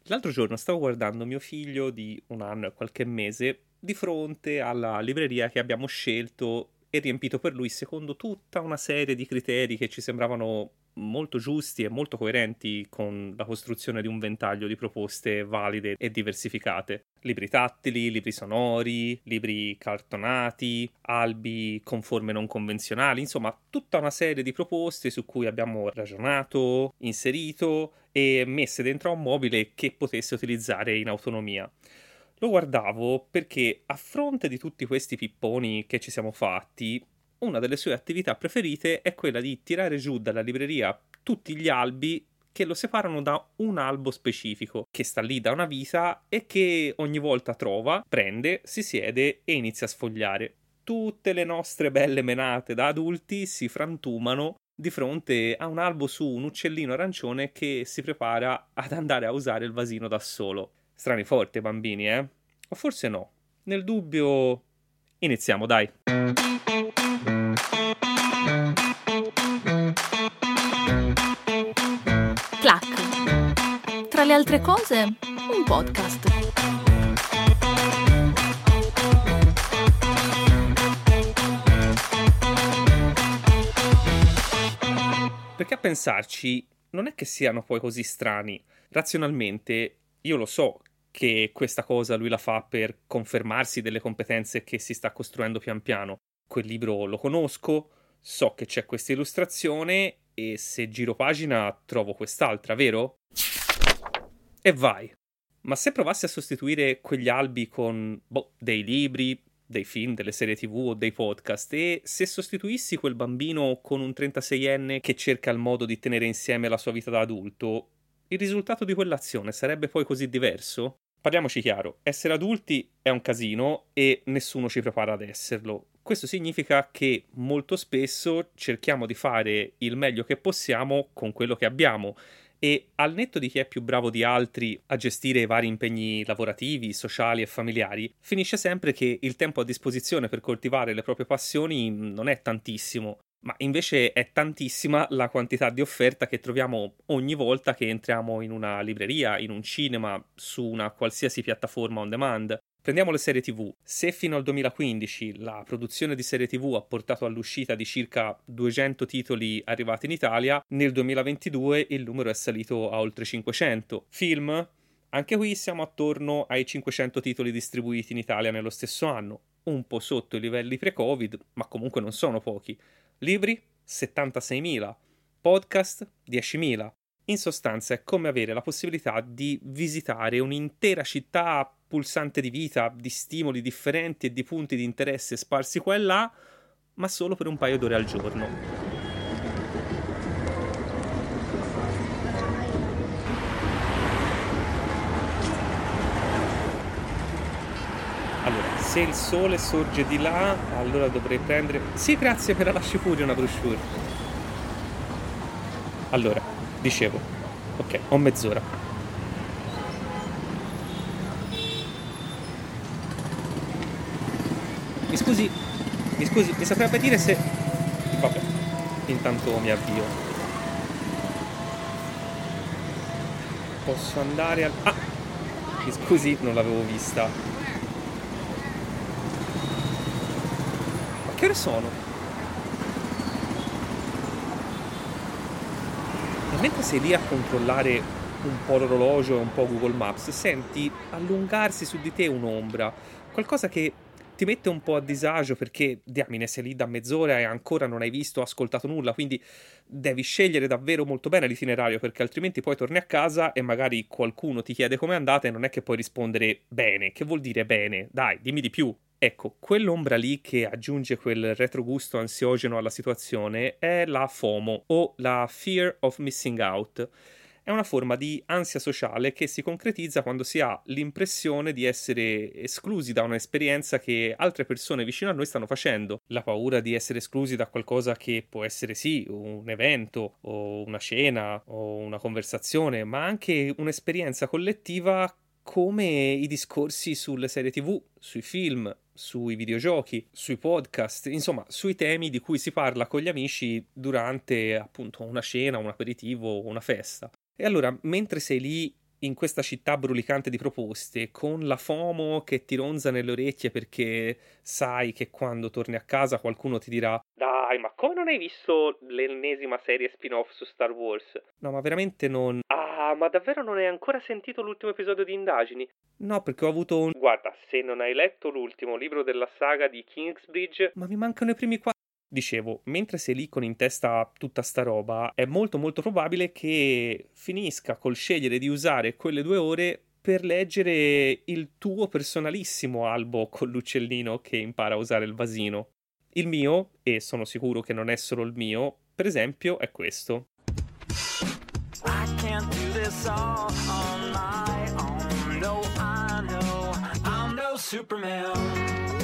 L'altro giorno stavo guardando mio figlio di 1 anno e qualche mese di fronte alla libreria che abbiamo scelto e riempito per lui secondo tutta una serie di criteri che ci sembravano molto giusti e molto coerenti con la costruzione di un ventaglio di proposte valide e diversificate. Libri tattili, libri sonori, libri cartonati, albi con forme non convenzionali, insomma tutta una serie di proposte su cui abbiamo ragionato, inserito e messe dentro a un mobile che potesse utilizzare in autonomia. Lo guardavo perché, a fronte di tutti questi pipponi che ci siamo fatti, una delle sue attività preferite è quella di tirare giù dalla libreria tutti gli albi che lo separano da un albo specifico, che sta lì da una vita e che ogni volta trova, prende, si siede e inizia a sfogliare. Tutte le nostre belle menate da adulti si frantumano di fronte a un albo su un uccellino arancione che si prepara ad andare a usare il vasino da solo. Strani forti, bambini, eh? O forse no. Nel dubbio, iniziamo, dai. Clac. Tra le altre cose, un podcast. Perché a pensarci, non è che siano poi così strani. Razionalmente, io lo so che questa cosa lui la fa per confermarsi delle competenze che si sta costruendo pian piano. Quel libro lo conosco, so che c'è questa illustrazione e se giro pagina trovo quest'altra, vero? E vai. Ma se provassi a sostituire quegli albi con, dei libri, dei film, delle serie TV o dei podcast, e se sostituissi quel bambino con un 36enne che cerca il modo di tenere insieme la sua vita da adulto, il risultato di quell'azione sarebbe poi così diverso? Parliamoci chiaro, essere adulti è un casino e nessuno ci prepara ad esserlo. Questo significa che molto spesso cerchiamo di fare il meglio che possiamo con quello che abbiamo e al netto di chi è più bravo di altri a gestire i vari impegni lavorativi, sociali e familiari, finisce sempre che il tempo a disposizione per coltivare le proprie passioni non è tantissimo. Ma invece è tantissima la quantità di offerta che troviamo ogni volta che entriamo in una libreria, in un cinema, su una qualsiasi piattaforma on demand. Prendiamo le serie TV. Se fino al 2015 la produzione di serie TV ha portato all'uscita di circa 200 titoli arrivati in Italia, nel 2022 il numero è salito a oltre 500. Film? Anche qui siamo attorno ai 500 titoli distribuiti in Italia nello stesso anno, un po' sotto i livelli pre-Covid, ma comunque non sono pochi. Libri? 76.000. Podcast? 10.000. In sostanza è come avere la possibilità di visitare un'intera città pulsante di vita, di stimoli differenti e di punti di interesse sparsi qua e là, ma solo per un paio d'ore al giorno. Allora, se il sole sorge di là, allora dovrei prendere... Sì, grazie per la lasci pure una brochure. Allora, dicevo, ok, ho mezz'ora. Mi scusi, mi saprebbe dire se... Vabbè, intanto mi avvio. Posso andare al... Ah! Mi scusi, non l'avevo vista. Ma che ore sono? E mentre sei lì a controllare un po' l'orologio e un po' Google Maps, senti allungarsi su di te un'ombra, qualcosa che ti mette un po' a disagio perché, diamine, sei lì da mezz'ora e ancora non hai visto o ascoltato nulla, quindi devi scegliere davvero molto bene l'itinerario perché altrimenti poi torni a casa e magari qualcuno ti chiede com'è andata e non è che puoi rispondere bene. Che vuol dire bene? Dai, dimmi di più. Ecco, quell'ombra lì che aggiunge quel retrogusto ansiogeno alla situazione è la FOMO o la Fear of Missing Out. È una forma di ansia sociale che si concretizza quando si ha l'impressione di essere esclusi da un'esperienza che altre persone vicino a noi stanno facendo. La paura di essere esclusi da qualcosa che può essere sì un evento o una cena o una conversazione, ma anche un'esperienza collettiva come i discorsi sulle serie TV, sui film, sui videogiochi, sui podcast, insomma, sui temi di cui si parla con gli amici durante appunto una cena, un aperitivo o una festa. E allora, mentre sei lì in questa città brulicante di proposte, con la FOMO che ti ronza nelle orecchie perché sai che quando torni a casa qualcuno ti dirà: dai, ma come non hai visto l'ennesima serie spin-off su Star Wars? No, ma veramente non... Ah, ma davvero non hai ancora sentito l'ultimo episodio di Indagini? No, perché ho avuto un... Guarda, se non hai letto l'ultimo libro della saga di Kingsbridge... Ma mi mancano i primi 4... Dicevo, mentre sei lì con in testa tutta sta roba, è molto molto probabile che finisca col scegliere di usare quelle 2 ore per leggere il tuo personalissimo albo con l'uccellino che impara a usare il vasino. Il mio, e sono sicuro che non è solo il mio, per esempio, è questo. I can't do this all on my own. No, I know I'm no Superman.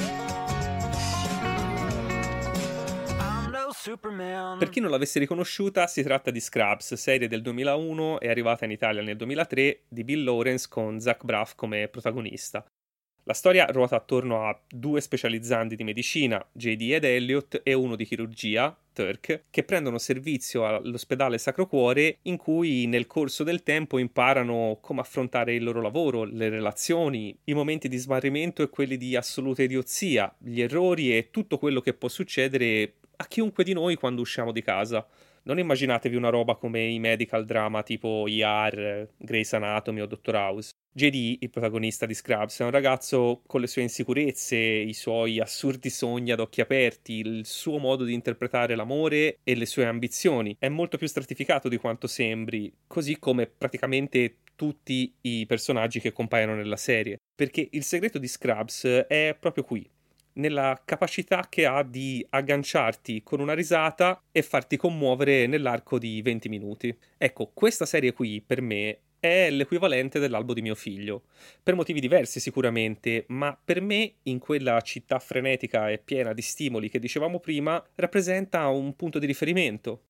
Per chi non l'avesse riconosciuta, si tratta di Scrubs, serie del 2001, è arrivata in Italia nel 2003, di Bill Lawrence con Zach Braff come protagonista. La storia ruota attorno a 2 specializzandi di medicina, JD ed Elliot, e uno di chirurgia, Turk, che prendono servizio all'ospedale Sacro Cuore, in cui nel corso del tempo imparano come affrontare il loro lavoro, le relazioni, i momenti di smarrimento e quelli di assoluta idiozia, gli errori e tutto quello che può succedere a chiunque di noi quando usciamo di casa. Non immaginatevi una roba come i medical drama tipo ER, Grey's Anatomy o Dr. House. JD, il protagonista di Scrubs, è un ragazzo con le sue insicurezze, i suoi assurdi sogni ad occhi aperti, il suo modo di interpretare l'amore e le sue ambizioni. È molto più stratificato di quanto sembri, così come praticamente tutti i personaggi che compaiono nella serie. Perché il segreto di Scrubs è proprio qui, nella capacità che ha di agganciarti con una risata e farti commuovere nell'arco di 20 minuti. Ecco, questa serie qui, per me, è l'equivalente dell'albo di mio figlio. Per motivi diversi sicuramente, ma per me, in quella città frenetica e piena di stimoli che dicevamo prima, rappresenta un punto di riferimento.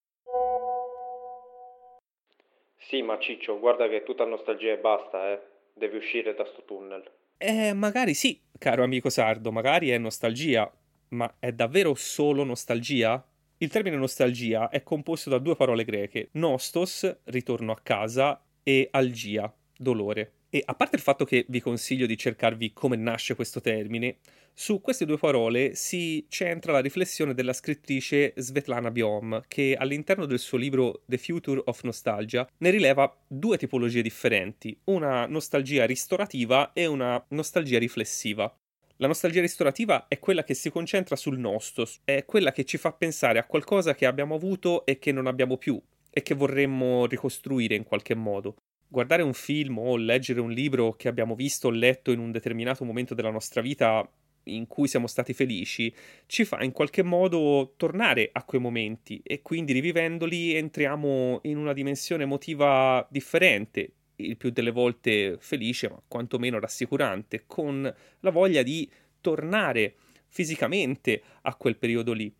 Sì, ma Ciccio, guarda che è tutta nostalgia e basta, Devi uscire da sto tunnel. Magari sì, caro amico sardo, magari è nostalgia, ma è davvero solo nostalgia? Il termine nostalgia è composto da 2 parole greche, nostos, ritorno a casa, e algia, dolore. E a parte il fatto che vi consiglio di cercarvi come nasce questo termine, su queste 2 parole si centra la riflessione della scrittrice Svetlana Biom, che all'interno del suo libro The Future of Nostalgia ne rileva 2 tipologie differenti, una nostalgia ristorativa e una nostalgia riflessiva. La nostalgia ristorativa è quella che si concentra sul nostos, è quella che ci fa pensare a qualcosa che abbiamo avuto e che non abbiamo più, e che vorremmo ricostruire in qualche modo. Guardare un film o leggere un libro che abbiamo visto o letto in un determinato momento della nostra vita in cui siamo stati felici, ci fa in qualche modo tornare a quei momenti e quindi rivivendoli entriamo in una dimensione emotiva differente, il più delle volte felice, ma quantomeno rassicurante, con la voglia di tornare fisicamente a quel periodo lì.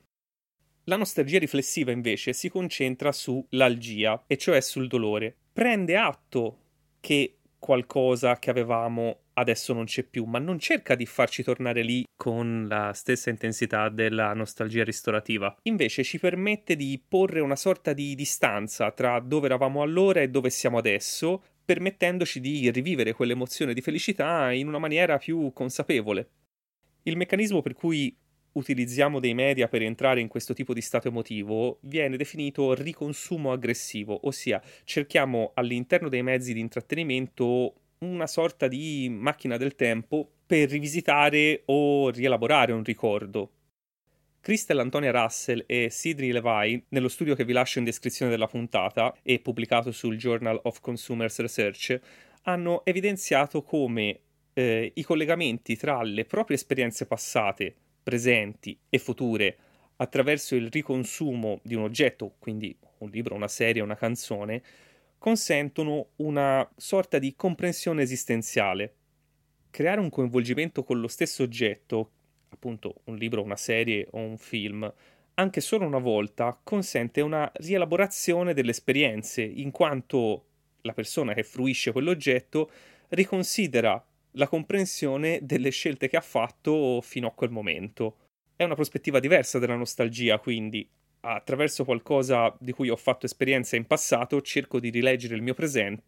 La nostalgia riflessiva invece si concentra sull'algia, e cioè sul dolore. Prende atto che qualcosa che avevamo adesso non c'è più, ma non cerca di farci tornare lì con la stessa intensità della nostalgia ristorativa. Invece ci permette di porre una sorta di distanza tra dove eravamo allora e dove siamo adesso, permettendoci di rivivere quell'emozione di felicità in una maniera più consapevole. Il meccanismo per cui utilizziamo dei media per entrare in questo tipo di stato emotivo viene definito riconsumo aggressivo, ossia cerchiamo all'interno dei mezzi di intrattenimento una sorta di macchina del tempo per rivisitare o rielaborare un ricordo. Crystal Antonia Russell e Sidney Levine, nello studio che vi lascio in descrizione della puntata e pubblicato sul Journal of Consumers Research, hanno evidenziato come i collegamenti tra le proprie esperienze passate, presenti e future attraverso il riconsumo di un oggetto, quindi un libro, una serie, una canzone, consentono una sorta di comprensione esistenziale. Creare un coinvolgimento con lo stesso oggetto, appunto un libro, una serie o un film, anche solo una volta, consente una rielaborazione delle esperienze, in quanto la persona che fruisce quell'oggetto riconsidera la comprensione delle scelte che ha fatto fino a quel momento. È una prospettiva diversa della nostalgia, quindi attraverso qualcosa di cui ho fatto esperienza in passato cerco di rileggere il mio presente,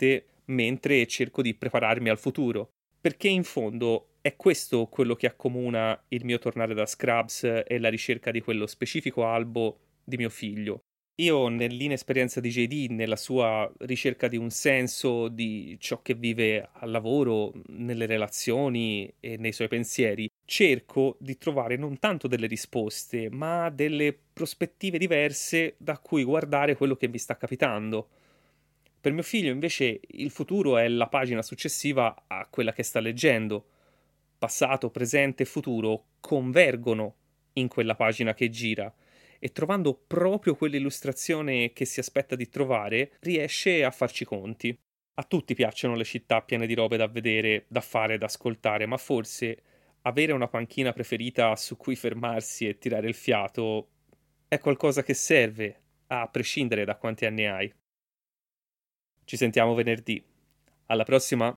mentre cerco di prepararmi al futuro, perché in fondo è questo quello che accomuna il mio tornare da Scrubs e la ricerca di quello specifico albo di mio figlio. Io, nell'inesperienza di JD, nella sua ricerca di un senso di ciò che vive al lavoro, nelle relazioni e nei suoi pensieri, cerco di trovare non tanto delle risposte, ma delle prospettive diverse da cui guardare quello che mi sta capitando. Per mio figlio, invece, il futuro è la pagina successiva a quella che sta leggendo. Passato, presente e futuro convergono in quella pagina che gira, e trovando proprio quell'illustrazione che si aspetta di trovare, riesce a farci conti. A tutti piacciono le città piene di robe da vedere, da fare, da ascoltare, ma forse avere una panchina preferita su cui fermarsi e tirare il fiato è qualcosa che serve, a prescindere da quanti anni hai. Ci sentiamo venerdì. Alla prossima!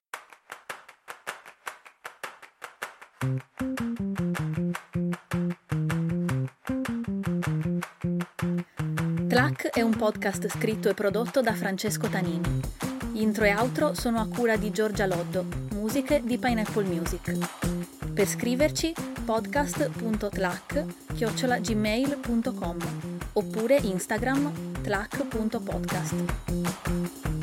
Tlac è un podcast scritto e prodotto da Francesco Tanini. Intro e outro sono a cura di Giorgia Loddo, musiche di Pineapple Music. Per scriverci podcast.tlac@gmail.com oppure Instagram tlac.podcast.